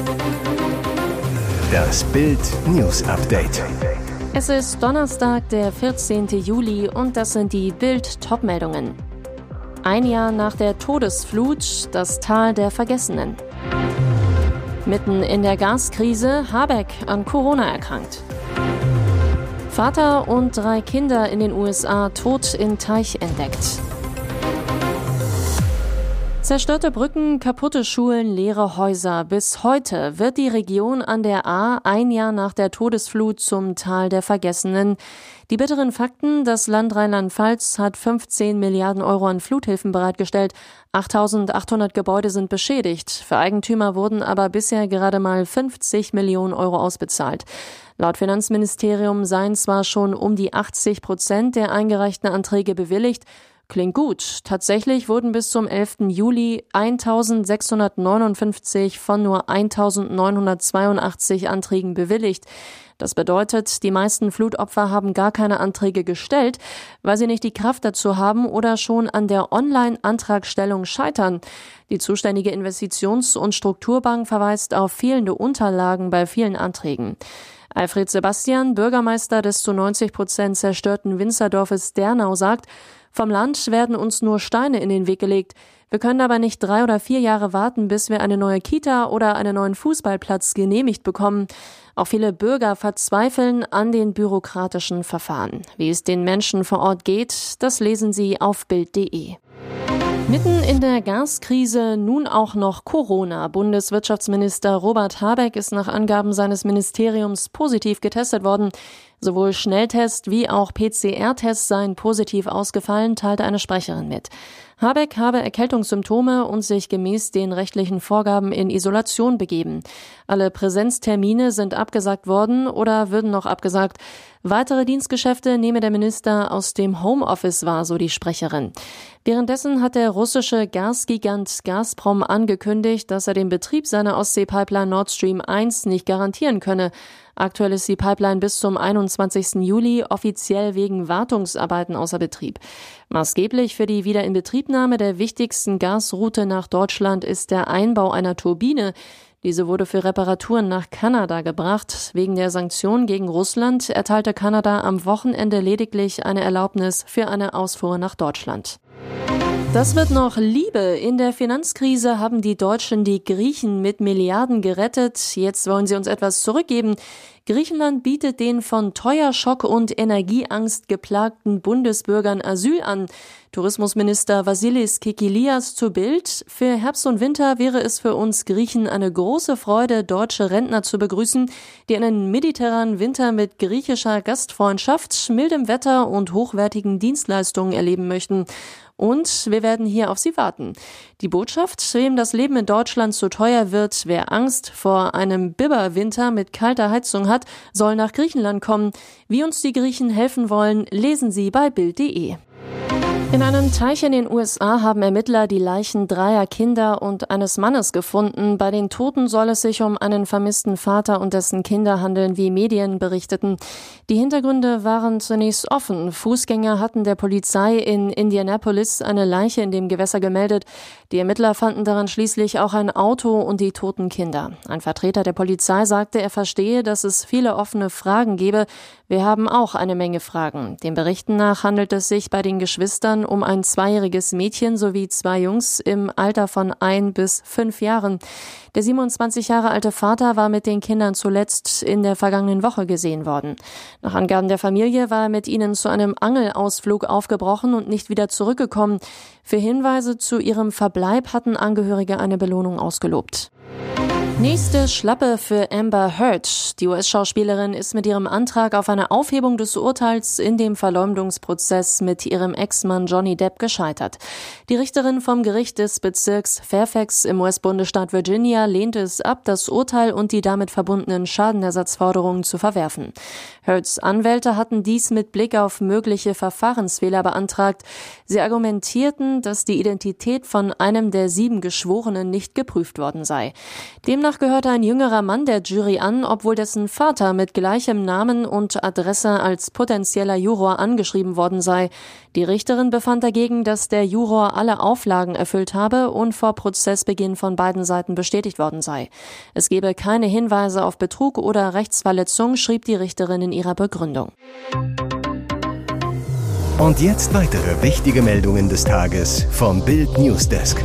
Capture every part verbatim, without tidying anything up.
Das Bild News Update. Es ist Donnerstag, der vierzehnten Juli und das sind die Bild-Top-Meldungen. Ein Jahr nach der Todesflut, das Tal der Vergessenen. Mitten in der Gaskrise, Habeck an Corona erkrankt. Vater und drei Kinder in den U S A tot in Teich entdeckt. Zerstörte Brücken, kaputte Schulen, leere Häuser. Bis heute wird die Region an der Ahr ein Jahr nach der Todesflut zum Tal der Vergessenen. Die bitteren Fakten: Das Land Rheinland-Pfalz hat fünfzehn Milliarden Euro an Fluthilfen bereitgestellt. achttausendachthundert Gebäude sind beschädigt. Für Eigentümer wurden aber bisher gerade mal fünfzig Millionen Euro ausbezahlt. Laut Finanzministerium seien zwar schon um die achtzig Prozent der eingereichten Anträge bewilligt. Klingt gut. Tatsächlich wurden bis zum elften Juli eintausendsechshundertneunundfünfzig von nur eintausendneunhundertzweiundachtzig Anträgen bewilligt. Das bedeutet, die meisten Flutopfer haben gar keine Anträge gestellt, weil sie nicht die Kraft dazu haben oder schon an der Online-Antragstellung scheitern. Die zuständige Investitions- und Strukturbank verweist auf fehlende Unterlagen bei vielen Anträgen. Alfred Sebastian, Bürgermeister des zu neunzig Prozent zerstörten Winzerdorfes Dernau, sagt: Vom Land werden uns nur Steine in den Weg gelegt. Wir können aber nicht drei oder vier Jahre warten, bis wir eine neue Kita oder einen neuen Fußballplatz genehmigt bekommen. Auch viele Bürger verzweifeln an den bürokratischen Verfahren. Wie es den Menschen vor Ort geht, das lesen Sie auf bild punkt de. Mitten in der Gaskrise nun auch noch Corona. Bundeswirtschaftsminister Robert Habeck ist nach Angaben seines Ministeriums positiv getestet worden. Sowohl Schnelltest wie auch P C R-Tests seien positiv ausgefallen, teilte eine Sprecherin mit. Habeck habe Erkältungssymptome und sich gemäß den rechtlichen Vorgaben in Isolation begeben. Alle Präsenztermine sind abgesagt worden oder würden noch abgesagt. Weitere Dienstgeschäfte nehme der Minister aus dem Homeoffice wahr, so die Sprecherin. Währenddessen hat der russische Gasgigant Gazprom angekündigt, dass er den Betrieb seiner Ostsee-Pipeline Nord Stream eins nicht garantieren könne. Aktuell ist die Pipeline bis zum einundzwanzigsten Juli offiziell wegen Wartungsarbeiten außer Betrieb. Maßgeblich für die Wiederinbetriebnahme der wichtigsten Gasroute nach Deutschland ist der Einbau einer Turbine. Diese wurde für Reparaturen nach Kanada gebracht. Wegen der Sanktionen gegen Russland erteilte Kanada am Wochenende lediglich eine Erlaubnis für eine Ausfuhr nach Deutschland. Das wird noch Liebe. In der Finanzkrise haben die Deutschen die Griechen mit Milliarden gerettet. Jetzt wollen sie uns etwas zurückgeben. Griechenland bietet den von Teuerschock und Energieangst geplagten Bundesbürgern Asyl an. Tourismusminister Vasilis Kekilias zu Bild: Für Herbst und Winter wäre es für uns Griechen eine große Freude, deutsche Rentner zu begrüßen, die einen mediterranen Winter mit griechischer Gastfreundschaft, mildem Wetter und hochwertigen Dienstleistungen erleben möchten. Und wir werden hier auf sie warten. Die Botschaft: Wem das Leben in Deutschland zu teuer wird, wer Angst vor einem Biberwinter mit kalter Heizung hat, soll nach Griechenland kommen. Wie uns die Griechen helfen wollen, lesen Sie bei bild punkt de. In einem Teich in den U S A haben Ermittler die Leichen dreier Kinder und eines Mannes gefunden. Bei den Toten soll es sich um einen vermissten Vater und dessen Kinder handeln, wie Medien berichteten. Die Hintergründe waren zunächst offen. Fußgänger hatten der Polizei in Indianapolis eine Leiche in dem Gewässer gemeldet. Die Ermittler fanden daran schließlich auch ein Auto und die toten Kinder. Ein Vertreter der Polizei sagte, er verstehe, dass es viele offene Fragen gebe. Wir haben auch eine Menge Fragen. Den Berichten nach handelt es sich bei den Geschwistern um ein zweijähriges Mädchen sowie zwei Jungs im Alter von ein bis fünf Jahren. Der siebenundzwanzig Jahre alte Vater war mit den Kindern zuletzt in der vergangenen Woche gesehen worden. Nach Angaben der Familie war er mit ihnen zu einem Angelausflug aufgebrochen und nicht wieder zurückgekommen. Für Hinweise zu ihrem Verbleib hatten Angehörige eine Belohnung ausgelobt. Nächste Schlappe für Amber Heard. Die U S-Schauspielerin ist mit ihrem Antrag auf eine Aufhebung des Urteils in dem Verleumdungsprozess mit ihrem Ex-Mann Johnny Depp gescheitert. Die Richterin vom Gericht des Bezirks Fairfax im U S-Bundesstaat Virginia lehnte es ab, das Urteil und die damit verbundenen Schadenersatzforderungen zu verwerfen. Heards Anwälte hatten dies mit Blick auf mögliche Verfahrensfehler beantragt. Sie argumentierten, dass die Identität von einem der sieben Geschworenen nicht geprüft worden sei. Demnach Demnach gehörte ein jüngerer Mann der Jury an, obwohl dessen Vater mit gleichem Namen und Adresse als potenzieller Juror angeschrieben worden sei. Die Richterin befand dagegen, dass der Juror alle Auflagen erfüllt habe und vor Prozessbeginn von beiden Seiten bestätigt worden sei. Es gebe keine Hinweise auf Betrug oder Rechtsverletzung, schrieb die Richterin in ihrer Begründung. Und jetzt weitere wichtige Meldungen des Tages vom Bild Newsdesk.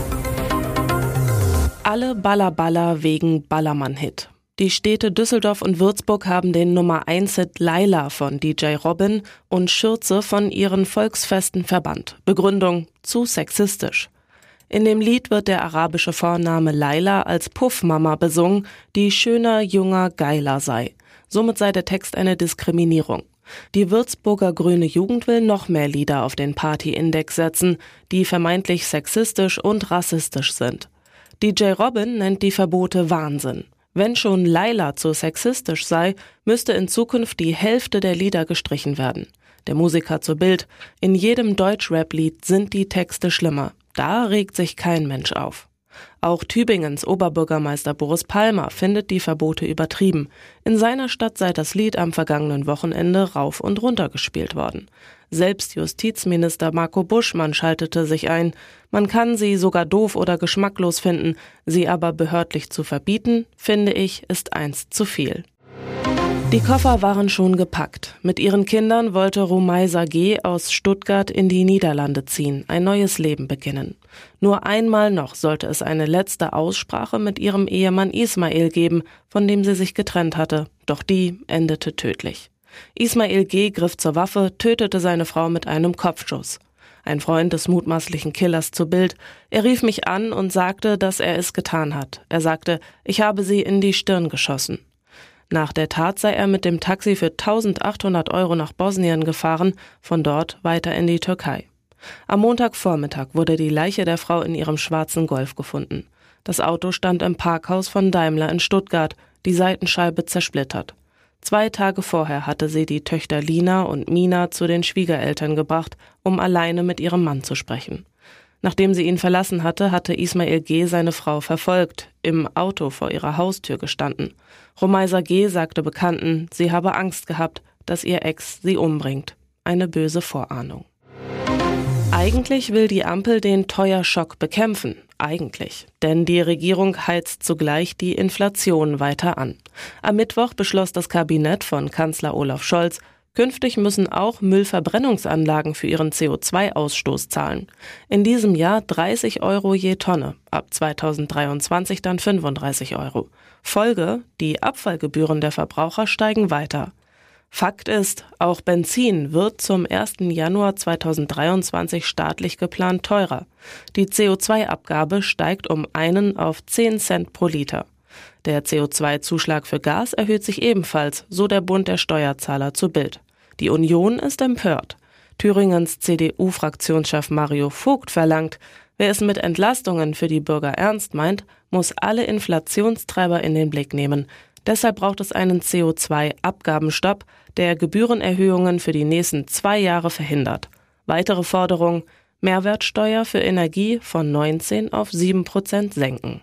Alle Baller Baller wegen Ballermann-Hit. Die Städte Düsseldorf und Würzburg haben den Nummer eins Hit Laila von D J Robin und Schürze von ihren Volksfesten verbannt. Begründung: zu sexistisch. In dem Lied wird der arabische Vorname Laila als Puffmama besungen, die schöner, junger, geiler sei. Somit sei der Text eine Diskriminierung. Die Würzburger Grüne Jugend will noch mehr Lieder auf den Party-Index setzen, die vermeintlich sexistisch und rassistisch sind. D J Robin nennt die Verbote Wahnsinn. Wenn schon Laila zu sexistisch sei, müsste in Zukunft die Hälfte der Lieder gestrichen werden. Der Musiker zu Bild: In jedem Deutsch-Rap-Lied sind die Texte schlimmer. Da regt sich kein Mensch auf. Auch Tübingens Oberbürgermeister Boris Palmer findet die Verbote übertrieben. In seiner Stadt sei das Lied am vergangenen Wochenende rauf und runter gespielt worden. Selbst Justizminister Marco Buschmann schaltete sich ein. Man kann sie sogar doof oder geschmacklos finden, sie aber behördlich zu verbieten, finde ich, ist eins zu viel. Die Koffer waren schon gepackt. Mit ihren Kindern wollte Rumeysa G. aus Stuttgart in die Niederlande ziehen, ein neues Leben beginnen. Nur einmal noch sollte es eine letzte Aussprache mit ihrem Ehemann Ismail geben, von dem sie sich getrennt hatte, doch die endete tödlich. Ismail G. griff zur Waffe, tötete seine Frau mit einem Kopfschuss. Ein Freund des mutmaßlichen Killers zu Bild: Er rief mich an und sagte, dass er es getan hat. Er sagte, ich habe sie in die Stirn geschossen. Nach der Tat sei er mit dem Taxi für eintausendachthundert Euro nach Bosnien gefahren, von dort weiter in die Türkei. Am Montagvormittag wurde die Leiche der Frau in ihrem schwarzen Golf gefunden. Das Auto stand im Parkhaus von Daimler in Stuttgart, die Seitenscheibe zersplittert. Zwei Tage vorher hatte sie die Töchter Lina und Mina zu den Schwiegereltern gebracht, um alleine mit ihrem Mann zu sprechen. Nachdem sie ihn verlassen hatte, hatte Ismail G. seine Frau verfolgt, im Auto vor ihrer Haustür gestanden. Rumeysa G. sagte Bekannten, sie habe Angst gehabt, dass ihr Ex sie umbringt. Eine böse Vorahnung. Eigentlich will die Ampel den Teuerschock bekämpfen. Eigentlich. Denn die Regierung heizt zugleich die Inflation weiter an. Am Mittwoch beschloss das Kabinett von Kanzler Olaf Scholz, künftig müssen auch Müllverbrennungsanlagen für ihren C O zwei Ausstoß zahlen. In diesem Jahr dreißig Euro je Tonne, ab zweitausenddreiundzwanzig dann fünfunddreißig Euro. Folge: die Abfallgebühren der Verbraucher steigen weiter. Fakt ist, auch Benzin wird zum ersten Januar zweitausenddreiundzwanzig staatlich geplant teurer. Die C O zwei Abgabe steigt um einen auf zehn Cent pro Liter. Der C O zwei Zuschlag für Gas erhöht sich ebenfalls, so der Bund der Steuerzahler zu Bild. Die Union ist empört. Thüringens C D U-Fraktionschef Mario Vogt verlangt, wer es mit Entlastungen für die Bürger ernst meint, muss alle Inflationstreiber in den Blick nehmen. Deshalb braucht es einen C O zwei Abgabenstopp, der Gebührenerhöhungen für die nächsten zwei Jahre verhindert. Weitere Forderung: Mehrwertsteuer für Energie von neunzehn auf sieben Prozent senken.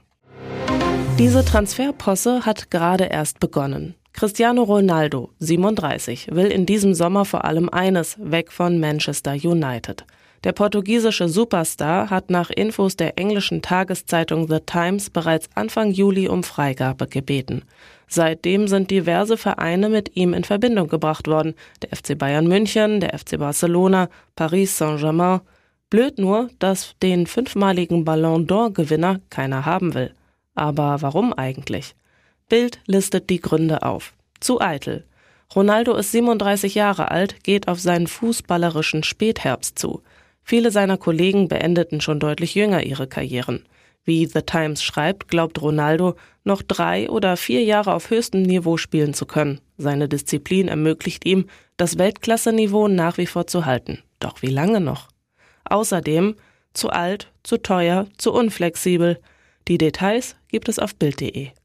Diese Transferposse hat gerade erst begonnen. Cristiano Ronaldo, siebenunddreißig, will in diesem Sommer vor allem eines: weg von Manchester United. Der portugiesische Superstar hat nach Infos der englischen Tageszeitung The Times bereits Anfang Juli um Freigabe gebeten. Seitdem sind diverse Vereine mit ihm in Verbindung gebracht worden. Der F C Bayern München, der F C Barcelona, Paris Saint-Germain. Blöd nur, dass den fünfmaligen Ballon d'Or-Gewinner keiner haben will. Aber warum eigentlich? Bild listet die Gründe auf. Zu eitel. Ronaldo ist siebenunddreißig Jahre alt, geht auf seinen fußballerischen Spätherbst zu. Viele seiner Kollegen beendeten schon deutlich jünger ihre Karrieren. Wie The Times schreibt, glaubt Ronaldo, noch drei oder vier Jahre auf höchstem Niveau spielen zu können. Seine Disziplin ermöglicht ihm, das Weltklasse-Niveau nach wie vor zu halten. Doch wie lange noch? Außerdem zu alt, zu teuer, zu unflexibel. Die Details gibt es auf bild punkt de.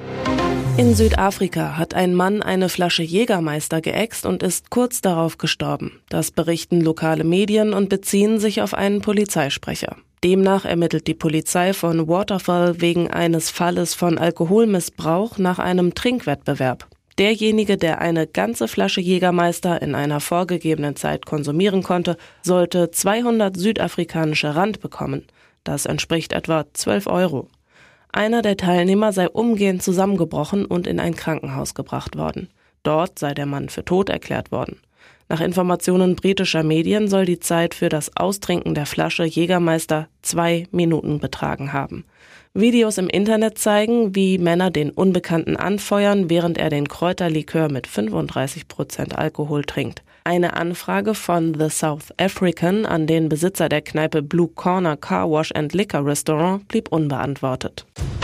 In Südafrika hat ein Mann eine Flasche Jägermeister geäxt und ist kurz darauf gestorben. Das berichten lokale Medien und beziehen sich auf einen Polizeisprecher. Demnach ermittelt die Polizei von Waterfall wegen eines Falles von Alkoholmissbrauch nach einem Trinkwettbewerb. Derjenige, der eine ganze Flasche Jägermeister in einer vorgegebenen Zeit konsumieren konnte, sollte zweihundert südafrikanische Rand bekommen. Das entspricht etwa zwölf Euro. Einer der Teilnehmer sei umgehend zusammengebrochen und in ein Krankenhaus gebracht worden. Dort sei der Mann für tot erklärt worden. Nach Informationen britischer Medien soll die Zeit für das Austrinken der Flasche Jägermeister zwei Minuten betragen haben. Videos im Internet zeigen, wie Männer den Unbekannten anfeuern, während er den Kräuterlikör mit fünfunddreißig Prozent Alkohol trinkt. Eine Anfrage von The South African an den Besitzer der Kneipe Blue Corner Car Wash and Liquor Restaurant blieb unbeantwortet.